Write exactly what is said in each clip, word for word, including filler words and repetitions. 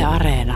Areena.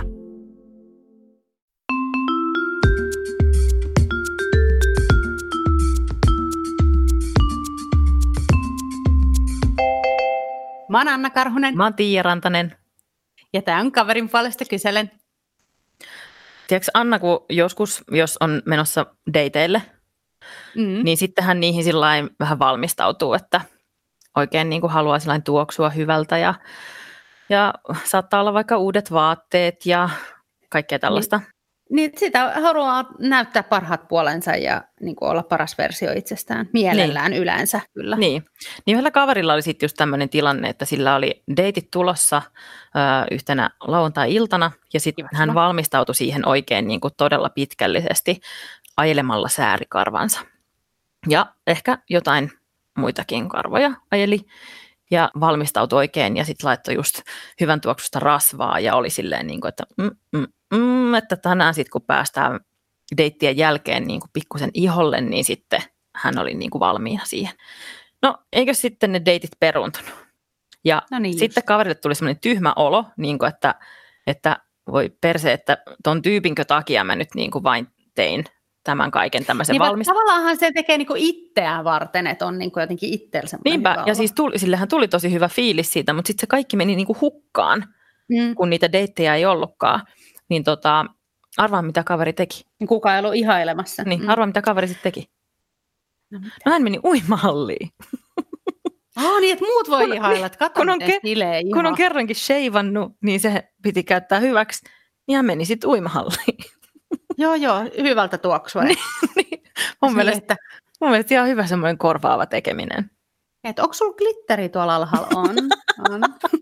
Mä oon Anna Karhunen. Mä oon Tiia Rantanen. Ja tää on Kaverin puolesta kyselen. Tiedätkö Anna, kun joskus, jos on menossa dateille, mm. niin sittenhän niihin sillain vähän valmistautuu, että oikein niin kuin haluaa sillain tuoksua hyvältä ja, ja saattaa olla vaikka uudet vaatteet ja kaikkea tällaista. Niin, niin sitä haluaa näyttää parhaat puolensa ja niin kuin olla paras versio itsestään, mielellään niin. Yleensä kyllä. Niin. niin yhdellä kaverilla oli sitten just tämmöinen tilanne, että sillä oli deitit tulossa ö, yhtenä lauantai-iltana ja sitten hän valmistautui siihen oikein niin kuin todella pitkällisesti ajelemalla säärikarvansa. Ja ehkä jotain muitakin karvoja ajeli ja valmistautui oikein ja sitten laittoi just hyvän tuoksusta rasvaa ja oli silleen, niin kuin, että, mm, mm, mm, että tänään sitten kun päästään deittien jälkeen niin kuin pikkusen iholle, niin sitten hän oli niin kuin valmiina siihen. No eikö sitten ne deitit peruuntunut? Ja no niin sitten just. Kaverille tuli semmoinen tyhmä olo, niin kuin, että, että voi perse, että ton tyypinkö takia mä nyt niin kuin vain tein tämän kaiken tämmöisen niin valmistelun. Tavallaanhan se tekee niinku itseään varten, että on niinku jotenkin itsellä semmoinen Niinpä, hyvä ja olo. siis tuli, sillehän tuli tosi hyvä fiilis siitä, mutta sitten se kaikki meni niinku hukkaan, mm. kun niitä deittejä ei ollutkaan. Niin tota, arvaa mitä kaveri teki. Kukaan ei ollut ihailemassa. Niin, mm. arvaa mitä kaveri sitten teki. No, no hän meni uimahalliin. Oh, niin, että muut voi ihailla, että katso, kun on, miten sileä iho. Kun on kerrankin sheivannut, niin se piti käyttää hyväksi, niin hän meni sitten uimahalliin. Joo, joo, hyvältä tuoksua. niin, niin. Mun, mielestä, mun mielestä ihan hyvä semmoinen korvaava tekeminen. Et onko sulla glitteri tuolla alhaalla? On. on.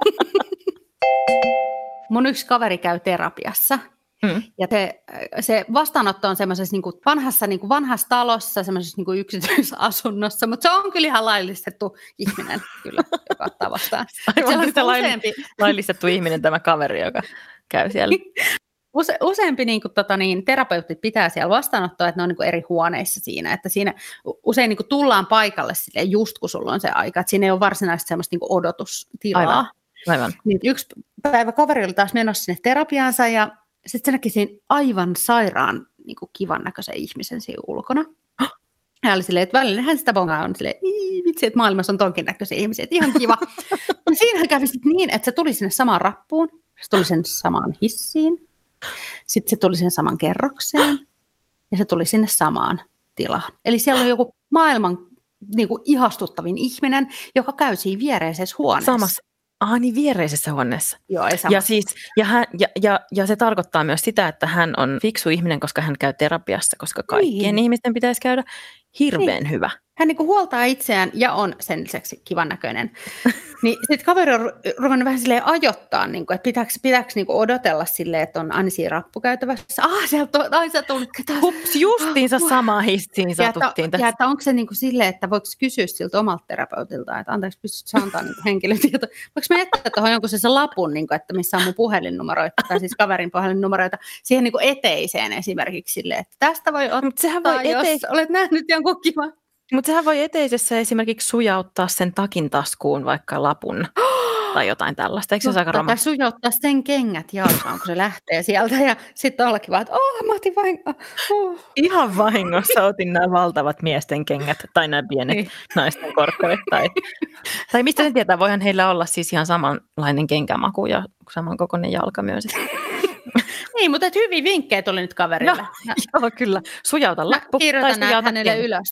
Mun yksi kaveri käy terapiassa. Mm. Ja te, se vastaanotto on semmoisessa niin kuin vanhassa, niin kuin vanhassa talossa, semmoisessa niin kuin yksityisasunnossa, mutta se on kyllä ihan laillistettu ihminen, kyllä, joka ottaa vastaan. Aivan sitä useampi... laillistettu ihminen tämä kaveri, joka käy siellä. Use, useampi niin kuin, tota, niin, terapeutit pitää siellä vastaanottoa, että ne on niin kuin eri huoneissa siinä, että siinä usein niin kuin, tullaan paikalle silleen, just kun sulla on se aika, että siinä ei ole varsinaisesti semmoista niin kuin odotustilaa. Aivan. Aivan. Niin, yksi päivä kaveri oli taas menossa sinne terapiaansa ja sitten se näki siinä aivan sairaan niin kuin kivan näköisen ihmisen siinä ulkona. Hän oli silleen, että välillä hän sitä bongaa on silleen, vitsi, että maailmassa on tonkin näköisiä ihmisiä, että ihan kiva. Siinähän kävi sitten niin, että se tuli sinne samaan rappuun, se tuli sinne samaan hissiin, sitten se tuli sinne saman kerrokseen ja se tuli sinne samaan tilaan. Eli siellä on joku maailman niin kuin ihastuttavin ihminen, joka käy siinä viereisessä huoneessa. Samassa. Ah, niin viereisessä huoneessa. Joo, ei ja, siis, ja, hän, ja, ja, ja se tarkoittaa myös sitä, että hän on fiksu ihminen, koska hän käy terapiassa, koska kaikkien niin. ihmisten pitäisi käydä. Hirveän niin. hyvä. Hän niin kuin huoltaa itseään ja on sen lisäksi kivan näköinen. Niin sitten kaveri on ruvennut vähän silleen ajoittaa, niin kuin, että pitääkö, pitääkö niin kuin odotella silleen, että on aina siinä rappukäytävässä. Ah, sieltä on, ai sä tullut. Hups, justiinsa ah, samaan hissiin satuttiin ja tässä. Ja että onko se niin kuin silleen, että voiko kysyä siltä omalta terapeutilta, että anteeksi, pystytkö sä antaa niin henkilötieto. Voinko mä jättää tuohon jonkun sen lapun, niin kuin, että missä on mun puhelinnumeroita, tai siis kaverin puhelinnumeroita, siihen niin kuin eteiseen esimerkiksi silleen, että tästä voi ottaa, sehän voi eteis... jos olet nähnyt jonkun kivan. Mutta sehän voi eteisessä esimerkiksi sujauttaa sen takin taskuun vaikka lapun tai jotain tällaista. Eikö se ole aika romanttista? Tai sujauttaa sen kengät jalkaan, kun se lähtee sieltä ja sitten ollakin vaan, että oh, mä otin vain... Oh. Ihan vahingossa otin nämä valtavat miesten kengät tai nämä pienet niin. naisten korkkarit. Tai, tai mistä sen tietää, voihan heillä olla siis ihan samanlainen kenkämaku ja samankokoinen jalka myös. Niin, mutta hyviä vinkkejä tuli nyt kaverille. No, joo, kyllä. Sujauta lappu. Kirjoitan nämä hänelle ylös.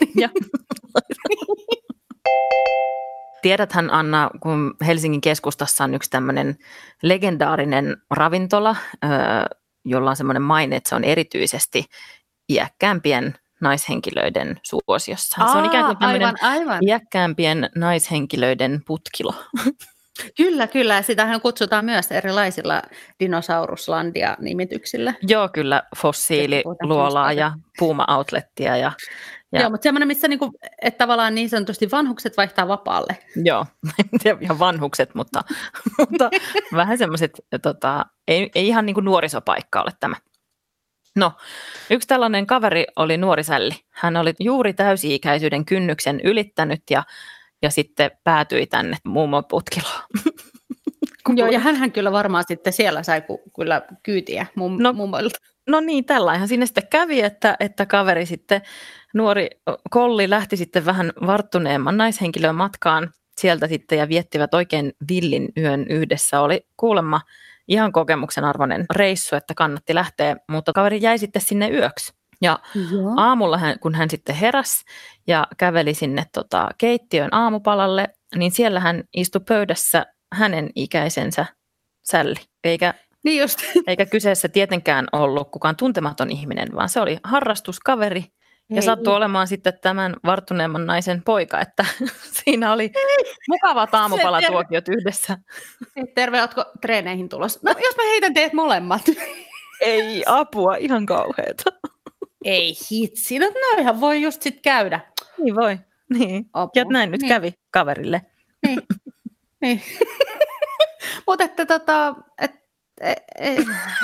Tiedäthän, Anna, kun Helsingin keskustassa on yksi tämmöinen legendaarinen ravintola, jolla on semmoinen maine, että se on erityisesti iäkkäämpien naishenkilöiden suosiossa. Aa, se on ikään kuin tämmöinen aivan, aivan. iäkkäämpien naishenkilöiden putkilo. Kyllä, kyllä. Sitähän kutsutaan myös erilaisilla dinosauruslandia-nimityksillä. Joo, kyllä. Fossiililuolaa ja puuma-outlettia. Ja, ja... Joo, mutta semmoinen, missä niinku, että tavallaan niin sanotusti vanhukset vaihtaa vapaalle. Joo, ja vanhukset, mutta, mutta vähän semmoiset, tota, ei, ei ihan niin kuin nuorisopaikka ole tämä. No, yksi tällainen kaveri oli nuori sälli. Hän oli juuri täysi-ikäisyyden kynnyksen ylittänyt ja Ja sitten päätyi tänne muumon putkiloon. Joo, ja hänhän kyllä varmaan sitten siellä sai ku, kyllä kyytiä mum, No, mummoilta. no niin, tällaihän sinne sitten kävi, että, että kaveri sitten, nuori Kolli lähti sitten vähän varttuneemman naishenkilön matkaan sieltä sitten ja viettivät oikein villin yön yhdessä. Oli kuulemma ihan kokemuksen arvoinen reissu, että kannatti lähteä, mutta kaveri jäi sitten sinne yöksi. Ja Joo. aamulla, hän, kun hän sitten heräsi ja käveli sinne tota, keittiön aamupalalle, niin siellä hän istui pöydässä hänen ikäisensä Sälli, eikä, Niin just. eikä kyseessä tietenkään ollut kukaan tuntematon ihminen, vaan se oli harrastuskaveri ja Ei. sattui olemaan sitten tämän varttuneemman naisen poika, että siinä oli mukavat aamupalatuokiot yhdessä. Terve, ootko treeneihin tulossa? No jos mä heitän teet molemmat. Ei apua, ihan kauheeta. Ei hitsi, no noihan voi just sit käydä. Niin voi, niin. Apua. Ja näin nyt Niin. kävi kaverille. Niin, niin. Mutta että tota, et, e, e,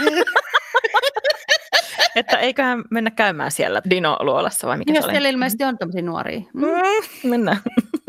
Että eiköhän mennä käymään siellä Dino-luolassa vai mikä jos se oli? siellä ilmeisesti on tämmöisiä nuoria. Mm. Mm, mennään.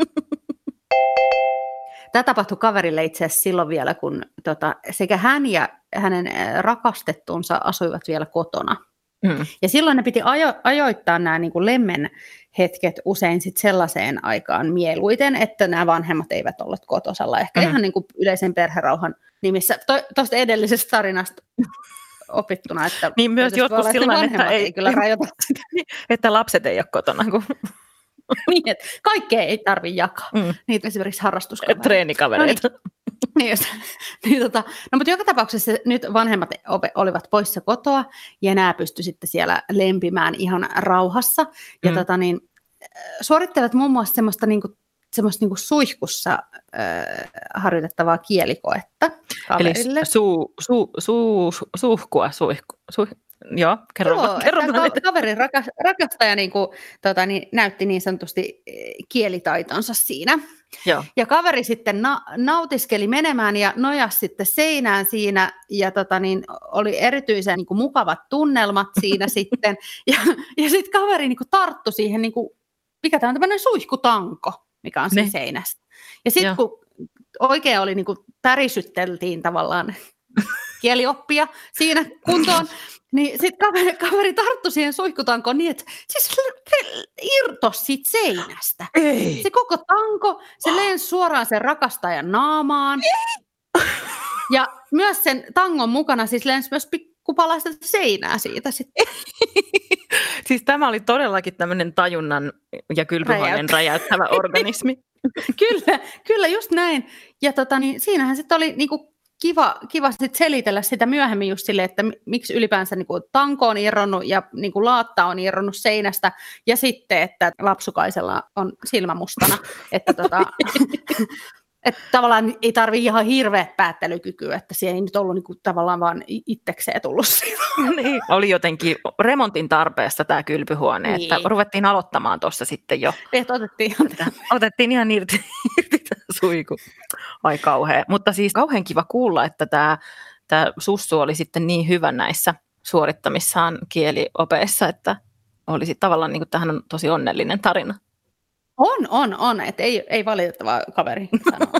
Tämä tapahtui kaverille itse asiassa silloin vielä, kun tota, sekä hän ja hänen rakastettunsa asuivat vielä kotona. Mm. Ja silloin ne piti ajo, ajoittaa nämä niin kuin lemmen hetket usein sit sellaiseen aikaan mieluiten, että nämä vanhemmat eivät olleet kotosalla. Ehkä Mm. ihan niin kuin yleisen perherauhan nimissä. Tuosta edellisestä tarinasta opittuna, että Niin myös tietysti voi joskus olla, että ne sillain, että vanhemmat ei- ei kyllä rajoita sitä. Että lapset ei ole kotona, kun Niin, että kaikkea ei tarvitse jakaa. mm. Niitä esimerkiksi harrastuskavereita. treenikavereita. Niin just. Niin, tota, no, mutta joka tapauksessa nyt vanhemmat ope- olivat poissa kotoa ja nämä pysty sitten siellä lempimään ihan rauhassa. Ja Mm. tota, niin, äh, suorittavat muun muassa semmoista, niinku, semmoista niinku suihkussa äh, harjoitettavaa kielikoetta kaverille. Eli suu, suu, suu, suuhkua, suihku, suih... Joo, kerro Joo, vaan, kerro että vaan. ka- kaverin rakas, rakastaja niinku, tota, niin, näytti niin sanotusti eh, kielitaitonsa siinä. Joo. Ja kaveri sitten na- nautiskeli menemään ja nojasi sitten seinään siinä ja tota niin, oli erityisen niin kuin, mukavat tunnelmat siinä sitten. Ja, ja sitten kaveri niin kuin, tarttui siihen, niin kuin, mikä tämä on tämmöinen suihkutanko, mikä on siinä Ne. seinässä. Ja sitten Joo. kun oikein oli, niin kuin, tärisytteltiin tavallaan kielioppia siinä kuntoon, niin sitten kaveri, kaveri tarttui siihen suihkutankoon niin, että siis irtosi siitä seinästä. Ei. Se koko tanko, se lensi suoraan sen rakastajan naamaan. Ja myös sen tangon mukana siis lensi myös pikkupalaista seinää siitä sitten. Siis tämä oli todellakin tämmöinen tajunnan ja kylpyhuoneen räjäyttävä organismi. Kyllä, kyllä just näin. Ja tota, niin siinähän sitten oli niinku kiva, kiva sit selitellä sitä myöhemmin just silleen, että mi- miksi ylipäänsä niinku tanko on irronnut ja niinku laatta on irronnut seinästä. Ja sitten, että lapsukaisella on silmä mustana. Että tota, että tavallaan ei tarvitse ihan hirveät päättelykykyä, että siihen ei nyt ollut niinku tavallaan vaan itsekseen tullut siitä. Niin, oli jotenkin remontin tarpeessa tämä kylpyhuone, Niin. että ruvettiin aloittamaan tuossa sitten jo. Että otettiin ihan Että otettiin ihan irti, irti tämä suiku. Ai kauhea. Mutta siis kauhean kiva kuulla, että tämä, tämä sussu oli sitten niin hyvä näissä suorittamissaan kieliopeissa, että olisi tavallaan, niin kuin, tähän on tosi onnellinen tarina. On, on, on. Että ei, ei valitettavaa kaveri sanoa.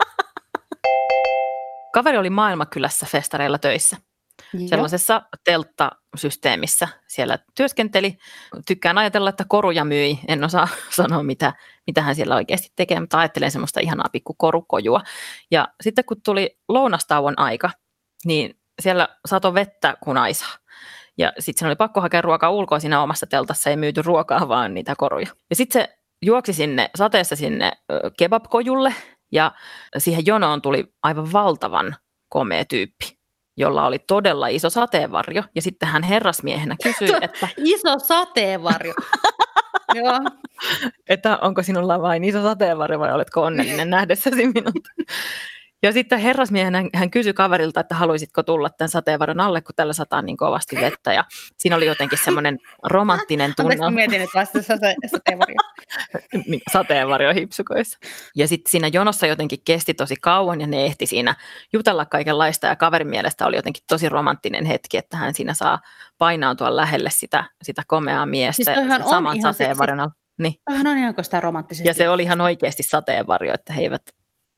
Kaveri oli Maailmakylässä festareilla töissä. Sellaisessa telttasysteemissä siellä työskenteli. Tykkään ajatella, että koruja myi. En osaa sanoa, mitä, mitä hän siellä oikeasti tekee, mutta ajattelen semmoista ihanaa pikku korukojua. Ja sitten kun tuli lounastauon aika, niin siellä sato vettä kuin aisaa. Ja sitten sen oli pakko hakea ruokaa ulkoa siinä omassa teltassa, ei myyty ruokaa, vaan niitä koruja. Ja sitten se juoksi sinne sateessa sinne ö, kebabkojulle ja siihen jonoon tuli aivan valtavan komea tyyppi, jolla oli todella iso sateenvarjo. Ja sitten hän herrasmiehenä kysyi, että, Iso sateenvarjo. Joo. että onko sinulla vain iso sateenvarjo vai oletko onnellinen nähdessäsi minut. Ja sitten herrasmiehenä hän kysyi kaverilta, että haluaisitko tulla tämän sateenvarjon alle, kun tällä sataa niin kovasti vettä. Ja siinä oli jotenkin semmoinen romanttinen Anteeksi, tunnelma. kun mietin nyt vasta sate- sateenvarjo. Niin, sateenvarjohipsukoissa. Ja sitten siinä jonossa jotenkin kesti tosi kauan ja ne ehti siinä jutella kaikenlaista ja kaverin mielestä oli jotenkin tosi romanttinen hetki, että hän siinä saa painautua lähelle sitä, sitä komeaa miestä Siis toihan on saman ihan sateenvarjon alla. Niin. Toihan on ihan sitä romanttisesti. Ja se oli ihan oikeasti sateenvarjo, että he eivät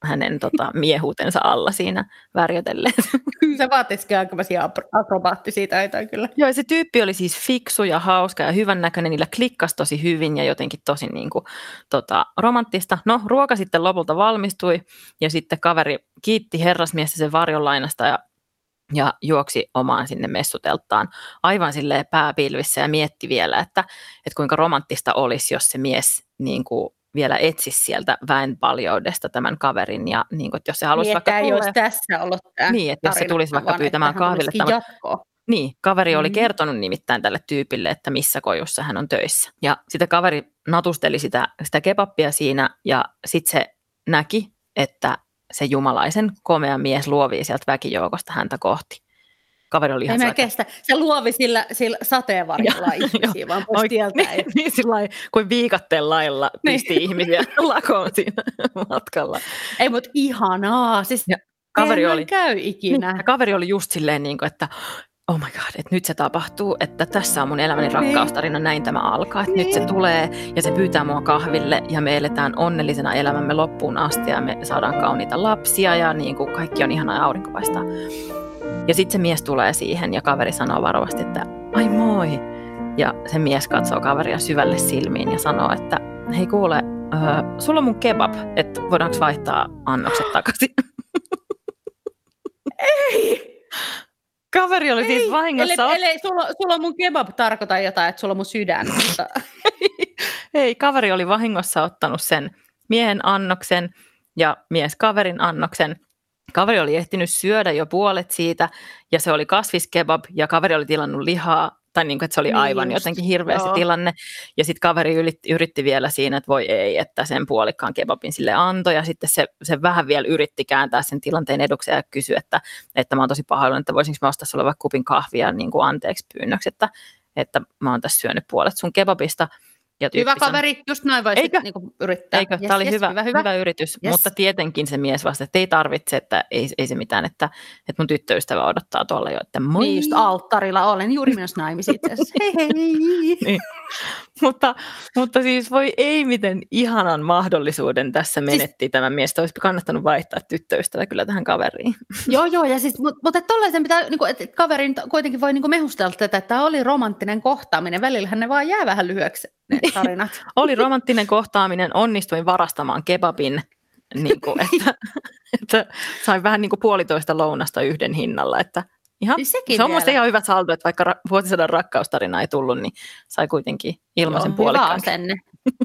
hänen tota, miehuutensa alla siinä värjötelleet. Kyllä se vaatisikin aikamoisia akrobaattisia taitoja kyllä. Joo, se tyyppi oli siis fiksu ja hauska ja hyvännäköinen, niillä klikkasi tosi hyvin ja jotenkin tosi niin kuin, tota, romanttista. No, ruoka sitten lopulta valmistui ja sitten kaveri kiitti herrasmiestä sen varjonlainasta ja, ja juoksi omaan sinne messuteltaan aivan silleen pääpilvissä ja mietti vielä, että, että kuinka romanttista olisi, jos se mies niin kuin, vielä etsisi sieltä väenpaljoudesta tämän kaverin ja niin kuin, että jos se halusi niin, vaikka tulla... tulla... Niin, tässä ollut tämä Niin, että jos se tulisi vaikka vaan, pyytämään kahville... Tämän... Niin, kaveri mm-hmm. oli Mm. kertonut nimittäin tälle tyypille, että missä kojussa hän on töissä. Ja sitten kaveri natusteli sitä, sitä kebappia siinä ja sitten se näki, että se jumalaisen komea mies luovii sieltä väkijoukosta häntä kohti. Kaveri oli ihan ei kestä. Se luovi sillä, sillä sateenvarjolla ihmisiä, vaan pois tieltä. Niin, niin sillä kuin viikatteen lailla pisti ihmisiä lakoon siinä matkalla. Ei, mutta ihanaa. Siis kaveri oli, käy ikinä. Niin, kaveri oli just silleen, niin kuin, että oh my god, että nyt se tapahtuu, että tässä on mun elämäni rakkaustarina, näin tämä alkaa, että niin. Nyt se tulee ja se pyytää mua kahville ja me eletään onnellisena elämämme loppuun asti ja me saadaan kauniita lapsia ja niin kuin kaikki on ihanaa ja aurinko paistaa. Ja sitten se mies tulee siihen ja kaveri sanoo varovasti, että ai moi. Ja se mies katsoo kaveria syvälle silmiin ja sanoo, että hei kuule, äh, sulla on mun kebab, että voidaanko vaihtaa annokset takaisin? Ei! Kaveri oli ei, siis vahingossa... Eli, eli sulla, sulla on mun kebab tarkoittaa jotain, että sulla on mun sydän. Mutta... ei, kaveri oli vahingossa ottanut sen miehen annoksen ja mies kaverin annoksen. Kaveri oli ehtinyt syödä jo puolet siitä ja se oli kasviskebab ja kaveri oli tilannut lihaa. Tai niin kuin, että se oli aivan niin jotenkin hirveä se tilanne. Ja sitten kaveri yritti, yritti vielä siinä, että voi ei, että sen puolikkaan kebabin sille antoi. Ja sitten se, se vähän vielä yritti kääntää sen tilanteen eduksi ja kysyi, että, että mä oon tosi pahoillani, että voisinko mä ostaa sulle vaikka kupin kahvia niin kuin anteeksi pyynnöksi, että, että mä oon tässä syönyt puolet sun kebabista. Ja hyvä kaveri, san... just noin voisi niin yrittää. Eikö? Yes, Tämä oli yes, hyvä, hyvä, hyvä. hyvä yritys, yes. Mutta tietenkin se mies vasta, että ei tarvitse, että ei, ei se mitään, että, että mun tyttöystävä odottaa tuolla jo, että moi. Niin just alttarilla olen, juuri myös naimisiin itse asiassa. Hei hei. Niin. mutta, mutta siis voi ei miten ihanan mahdollisuuden tässä menetti siis... tämä mies. Olisi kannattanut vaihtaa tyttöystävä kyllä tähän kaveriin. joo joo, ja siis, mutta, mutta tollaisen pitää, niin kuin, että kaverin kuitenkin voi niin kuin mehustella tätä, että tämä oli romanttinen kohtaaminen. Välillähän ne vaan jää vähän lyhyeksi. Tarinat. Oli romanttinen kohtaaminen, onnistuin varastamaan kebabin, niin kuin, että, että sain vähän niin kuin puolitoista lounasta yhden hinnalla. Että ihan, se on minusta ihan hyvä saldo, että vaikka ra- vuosisadan rakkaustarina ei tullut, niin sai kuitenkin ilmaisen joo, puolikkaan. Hyvä asenne.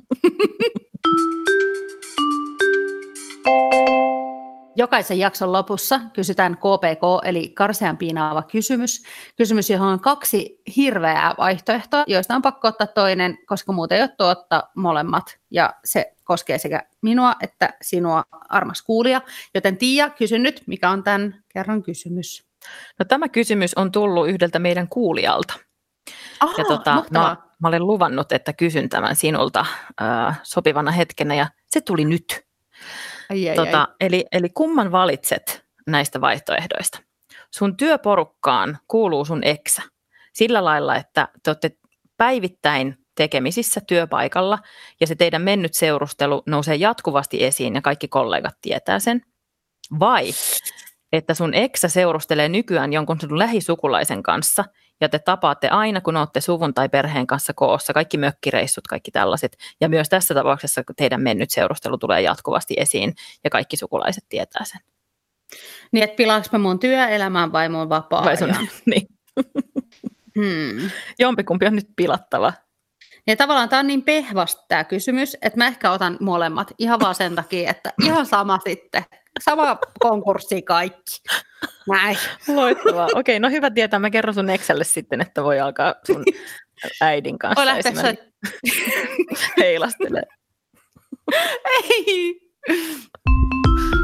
Jokaisen jakson lopussa kysytään K P K, eli karsean piinaava kysymys. Kysymys, johon on kaksi hirveää vaihtoehtoa, joista on pakko ottaa toinen, koska muuten ei ole ottaa molemmat. Ja se koskee sekä minua että sinua, armas kuulija. Joten Tiia, kysy nyt, mikä on tämän kerran kysymys? No, tämä kysymys on tullut yhdeltä meidän kuulijalta. Aha, ja tota, mä, mä olen luvannut, että kysyn tämän sinulta äh, sopivana hetkenä, ja se tuli nyt. Ai, ai, tota, ai. Eli, eli kumman valitset näistä vaihtoehdoista? Sun työporukkaan kuuluu sun eksä. Sillä lailla, että te olette päivittäin tekemisissä työpaikalla ja se teidän mennyt seurustelu nousee jatkuvasti esiin ja kaikki kollegat tietää sen. Vai että sun eksä seurustelee nykyään jonkun sun lähisukulaisen kanssa ja te tapaatte aina, kun olette suvun tai perheen kanssa koossa, kaikki mökkireissut, kaikki tällaiset. Ja myös tässä tapauksessa teidän mennyt seurustelu tulee jatkuvasti esiin ja kaikki sukulaiset tietää sen. Niin, että pilaanko mä mun työelämään vai mun vapaa-ajan? Niin. Hmm. Jompikumpi on nyt pilattava. Ja tavallaan tämä on niin pehvasta tämä kysymys, että mä ehkä otan molemmat ihan vaan sen takia, että ihan sama sitten. Sama konkurssi kaikki. Näin. Loistavaa. Okei, no hyvä tietää. Mä kerron sun Exälle sitten, että voi alkaa sun äidin kanssa. Voi lähteä se... heilastelemaan. Ei.